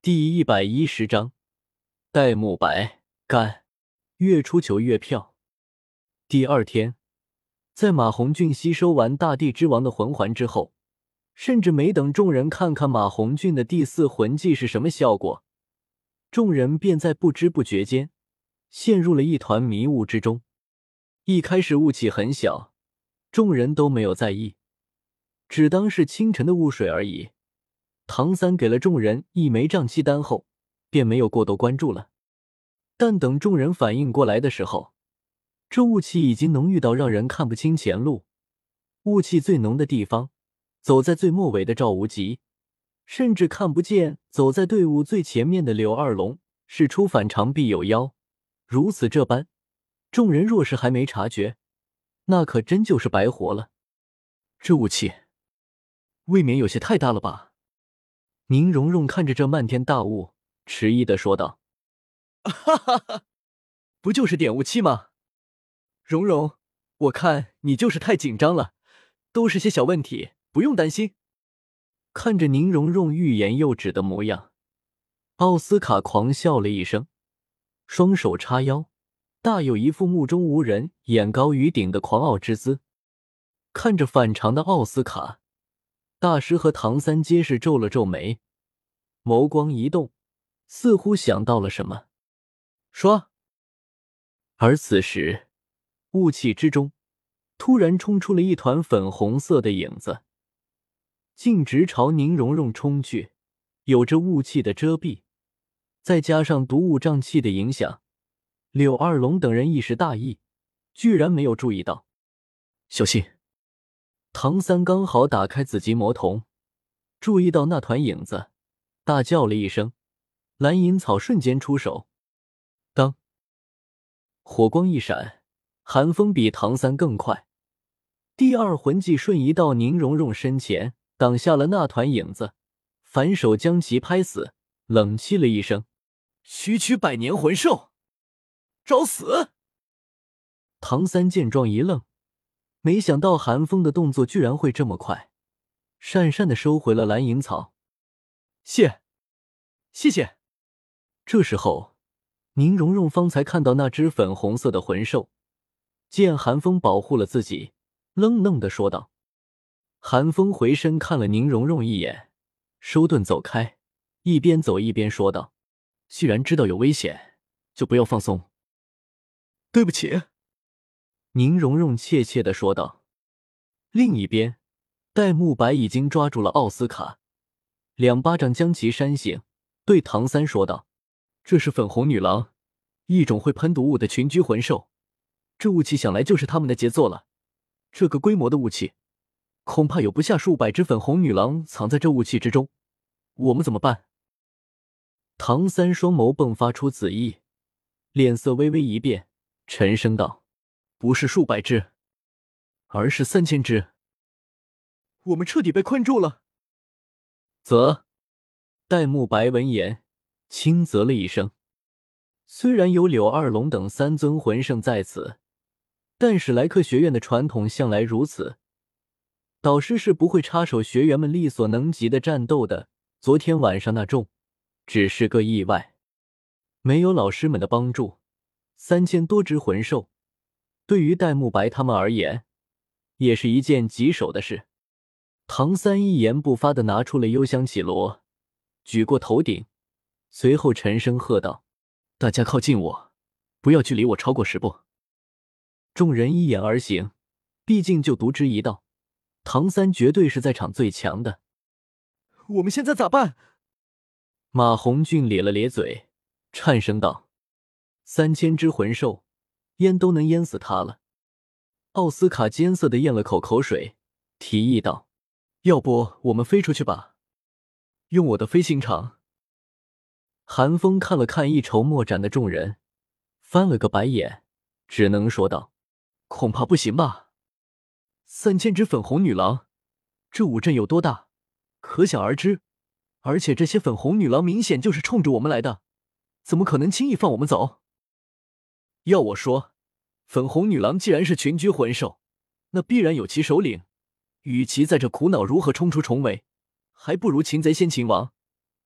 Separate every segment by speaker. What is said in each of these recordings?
Speaker 1: 第110章戴沐白干，月初求月票。第二天，在马红俊吸收完大地之王的魂环之后，甚至没等众人看看马红俊的第四魂技是什么效果，众人便在不知不觉间陷入了一团迷雾之中。一开始雾气很小，众人都没有在意，只当是清晨的雾水而已。唐三给了众人一枚瘴气丹后，便没有过多关注了。但等众人反应过来的时候，这雾气已经浓郁到让人看不清前路。雾气最浓的地方，走在最末尾的赵无极，甚至看不见走在队伍最前面的柳二龙。事出反常必有妖，如此这般，众人若是还没察觉，那可真就是白活了。这雾气未免有些太大了吧？宁荣荣看着这漫天大雾，迟疑地说道：“哈哈哈，不就是点雾气吗？荣荣，我看你就是太紧张了，都是些小问题，不用担心。”看着宁荣荣欲言又止的模样，奥斯卡狂笑了一声，双手叉腰，大有一副目中无人、眼高于顶的狂傲之姿。看着反常的奥斯卡，大师和唐三皆是皱了皱眉，眸光一动，似乎想到了什么，说。而此时，雾气之中突然冲出了一团粉红色的影子，径直朝宁荣荣冲去。有着雾气的遮蔽，再加上毒雾瘴气的影响，柳二龙等人一时大意，居然没有注意到。小心！唐三刚好打开紫极魔瞳，注意到那团影子，大叫了一声，蓝银草瞬间出手。当，火光一闪，寒风比唐三更快，第二魂技瞬移到宁荣荣身前，挡下了那团影子，反手将其拍死，冷气了一声：“区区百年魂兽，找死！”唐三见状一愣，没想到寒风的动作居然会这么快，讪讪地收回了蓝银草。谢谢。这时候，宁荣荣方才看到那只粉红色的魂兽，见寒风保护了自己，愣愣地说道。寒风回身看了宁荣荣一眼，收盾走开，一边走一边说道：“既然知道有危险，就不要放松。”对不起。宁荣荣怯怯地说道。另一边，戴沐白已经抓住了奥斯卡，两巴掌将其扇醒，对唐三说道：“这是粉红女郎，一种会喷毒雾的群居魂兽，这雾气想来就是他们的杰作了。这个规模的雾气，恐怕有不下数百只粉红女郎藏在这雾气之中，我们怎么办？”唐三双眸迸发出紫意，脸色微微一变，沉声道：“不是数百只，而是3000只。我们彻底被困住了。”啧。戴沐白闻言轻啧了一声，虽然有柳二龙等3尊魂圣在此，但史莱克学院的传统向来如此，导师是不会插手学员们力所能及的战斗的。昨天晚上那众只是个意外，没有老师们的帮助，3000多只魂兽对于戴沐白他们而言也是一件棘手的事。唐三一言不发地拿出了幽香绮罗，举过头顶，随后沉声喝道：“大家靠近我，不要距离我超过10步。”众人依言而行，毕竟就独之一道，唐三绝对是在场最强的。我们现在咋办？马红俊咧了咧嘴，颤声道：“3000只魂兽，淹都能淹死他了。”奥斯卡艰涩地咽了口水，提议道：“要不我们飞出去吧，用我的飞行场。”寒风看了看一筹莫展的众人，翻了个白眼，只能说道：“恐怕不行吧，3000只粉红女郎，这五阵有多大，可想而知。而且这些粉红女郎明显就是冲着我们来的，怎么可能轻易放我们走？要我说，粉红女郎既然是群居魂兽，那必然有其首领，与其在这苦恼如何冲出重围，还不如擒贼先擒王，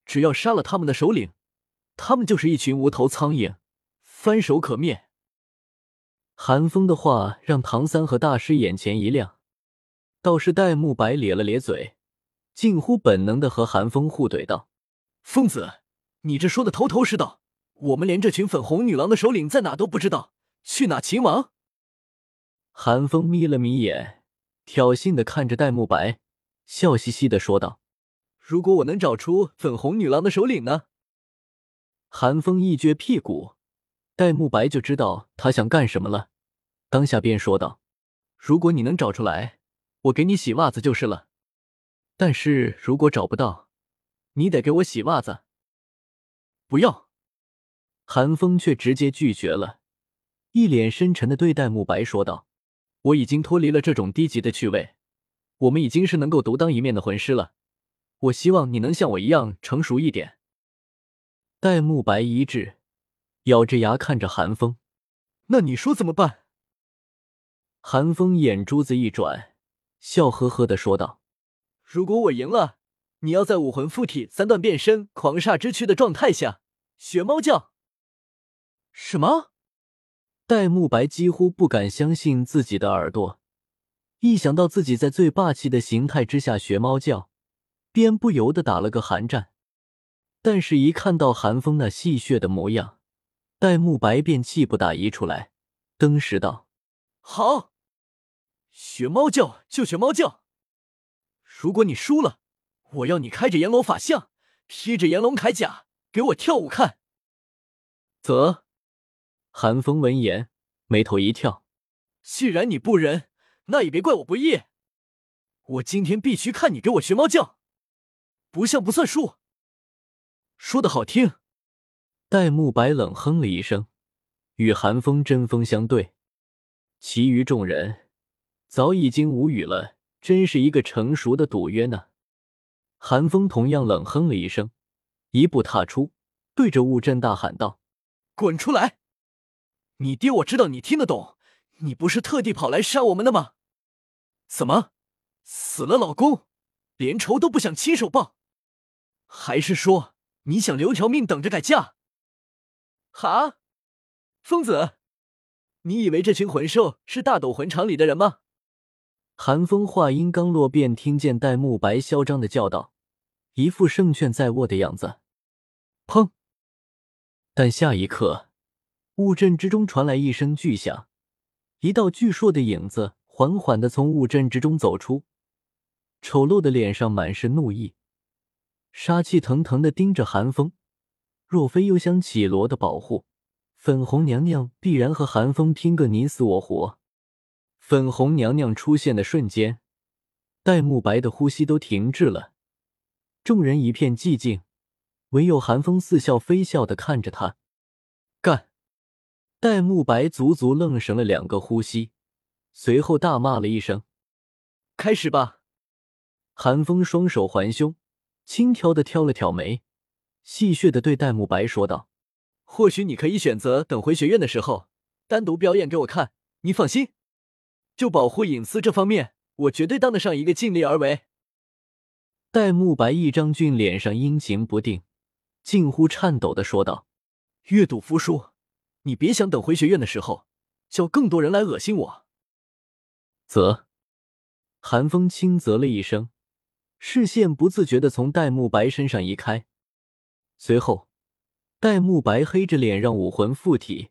Speaker 1: 只要杀了他们的首领，他们就是一群无头苍蝇，翻手可灭。韩风的话让唐三和大师眼前一亮，倒是戴沐白咧了咧嘴，近乎本能的和韩风互怼道：疯子，你这说的头头是道，我们连这群粉红女郎的首领在哪都不知道，去哪擒王？韩风眯了眯眼，挑衅的看着戴沐白，笑嘻嘻的说道：如果我能找出粉红女郎的首领呢？韩风一撅屁股，戴沐白就知道他想干什么了，当下便说道：如果你能找出来，我给你洗袜子就是了，但是如果找不到，你得给我洗袜子。不要！韩风却直接拒绝了，一脸深沉的对戴沐白说道：我已经脱离了这种低级的趣味，我们已经是能够独当一面的魂师了，我希望你能像我一样成熟一点。戴沐白一滞，咬着牙看着韩风：那你说怎么办？韩风眼珠子一转，笑呵呵地说道：如果我赢了，你要在武魂附体三段变身狂煞之躯的状态下学猫叫。什么？戴沐白几乎不敢相信自己的耳朵，一想到自己在最霸气的形态之下学猫叫，便不由得打了个寒战。但是一看到韩风那戏谑的模样，戴沐白便气不打一处来，登时道：好，学猫叫就学猫叫，如果你输了，我要你开着阎罗法相，披着炎龙铠甲，给我跳舞看。啧。韩风闻言眉头一跳，既然你不仁，那也别怪我不义，我今天必须看你给我学猫叫，不像不算数。说得好听。戴沐白冷哼了一声，与韩风针锋相对，其余众人早已经无语了，真是一个成熟的赌约呢。韩风同样冷哼了一声，一步踏出，对着雾镇大喊道：滚出来！你爹我知道你听得懂，你不是特地跑来杀我们的吗？怎么，死了老公，连仇都不想亲手报？还是说你想留条命等着改嫁？哈，疯子，你以为这群魂兽是大斗魂场里的人吗？韩风话音刚落，便听见戴沐白嚣张的叫道，一副胜券在握的样子。砰！但下一刻，雾阵之中传来一声巨响，一道巨硕的影子缓缓地从雾阵之中走出，丑陋的脸上满是怒意，杀气腾腾地盯着韩风。若非幽香绮罗的保护，粉红娘娘必然和韩风拼个你死我活。粉红娘娘出现的瞬间，戴沐白的呼吸都停滞了，众人一片寂静，唯有韩风似笑非笑地看着他。干！戴沐白足足愣神了2个呼吸，随后大骂了一声：开始吧！韩风双手环胸，轻佻地挑了挑眉，戏谑地对戴沐白说道：或许你可以选择等回学院的时候单独表演给我看，你放心，就保护隐私这方面，我绝对当得上一个尽力而为。戴沐白一张俊脸上阴晴不定，近乎颤抖地说道：阅赌服输，你别想等回学院的时候叫更多人来恶心我。啧。韩风轻啧了一声，视线不自觉地从戴沐白身上移开，随后戴沐白黑着脸让武魂附体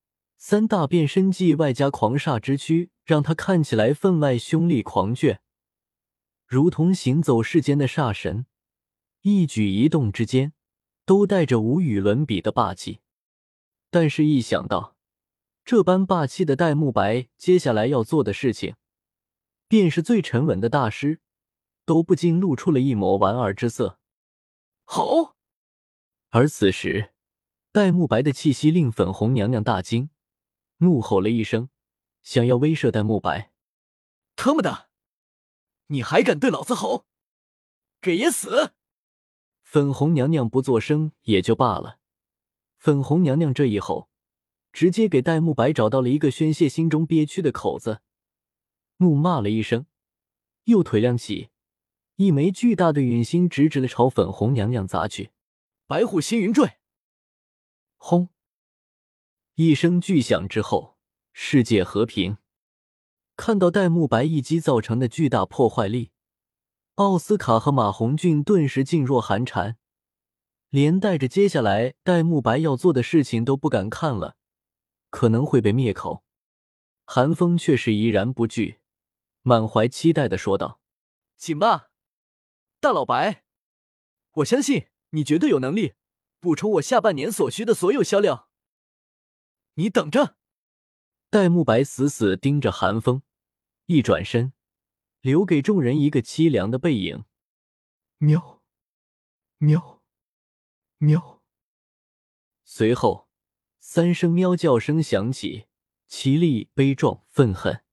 Speaker 1: ，3大变身技外加狂煞之躯，让他看起来分外凶厉狂狷，如同行走世间的煞神，一举一动之间都带着无与伦比的霸气。但是一想到这般霸气的戴沐白接下来要做的事情，便是最沉稳的大师，都不禁露出了一抹玩儿之色。好！而此时戴沐白的气息令粉红娘娘大惊，怒吼了一声，想要威慑戴沐白。他妈的，你还敢对老子吼？给爷死！粉红娘娘不作声也就罢了，粉红娘娘这一吼，直接给戴沐白找到了一个宣泄心中憋屈的口子，怒骂了一声，右腿亮起，一枚巨大的陨星直直地朝粉红娘娘砸去。
Speaker 2: 白虎星云坠！
Speaker 1: 轰！一声巨响之后，世界和平。看到戴沐白一击造成的巨大破坏力，奥斯卡和马红俊顿时噤若寒蝉，连带着接下来戴沐白要做的事情都不敢看了，可能会被灭口。韩风却是怡然不惧，满怀期待地说道：
Speaker 2: 行吧，大老白，我相信你绝对有能力补充我下半年所需的所有销量。你等着！
Speaker 1: 戴沐白死死盯着韩风，一转身，留给众人一个凄凉的背影。喵，喵，喵。随后，3声喵叫声响起，凄厉、悲壮、愤恨。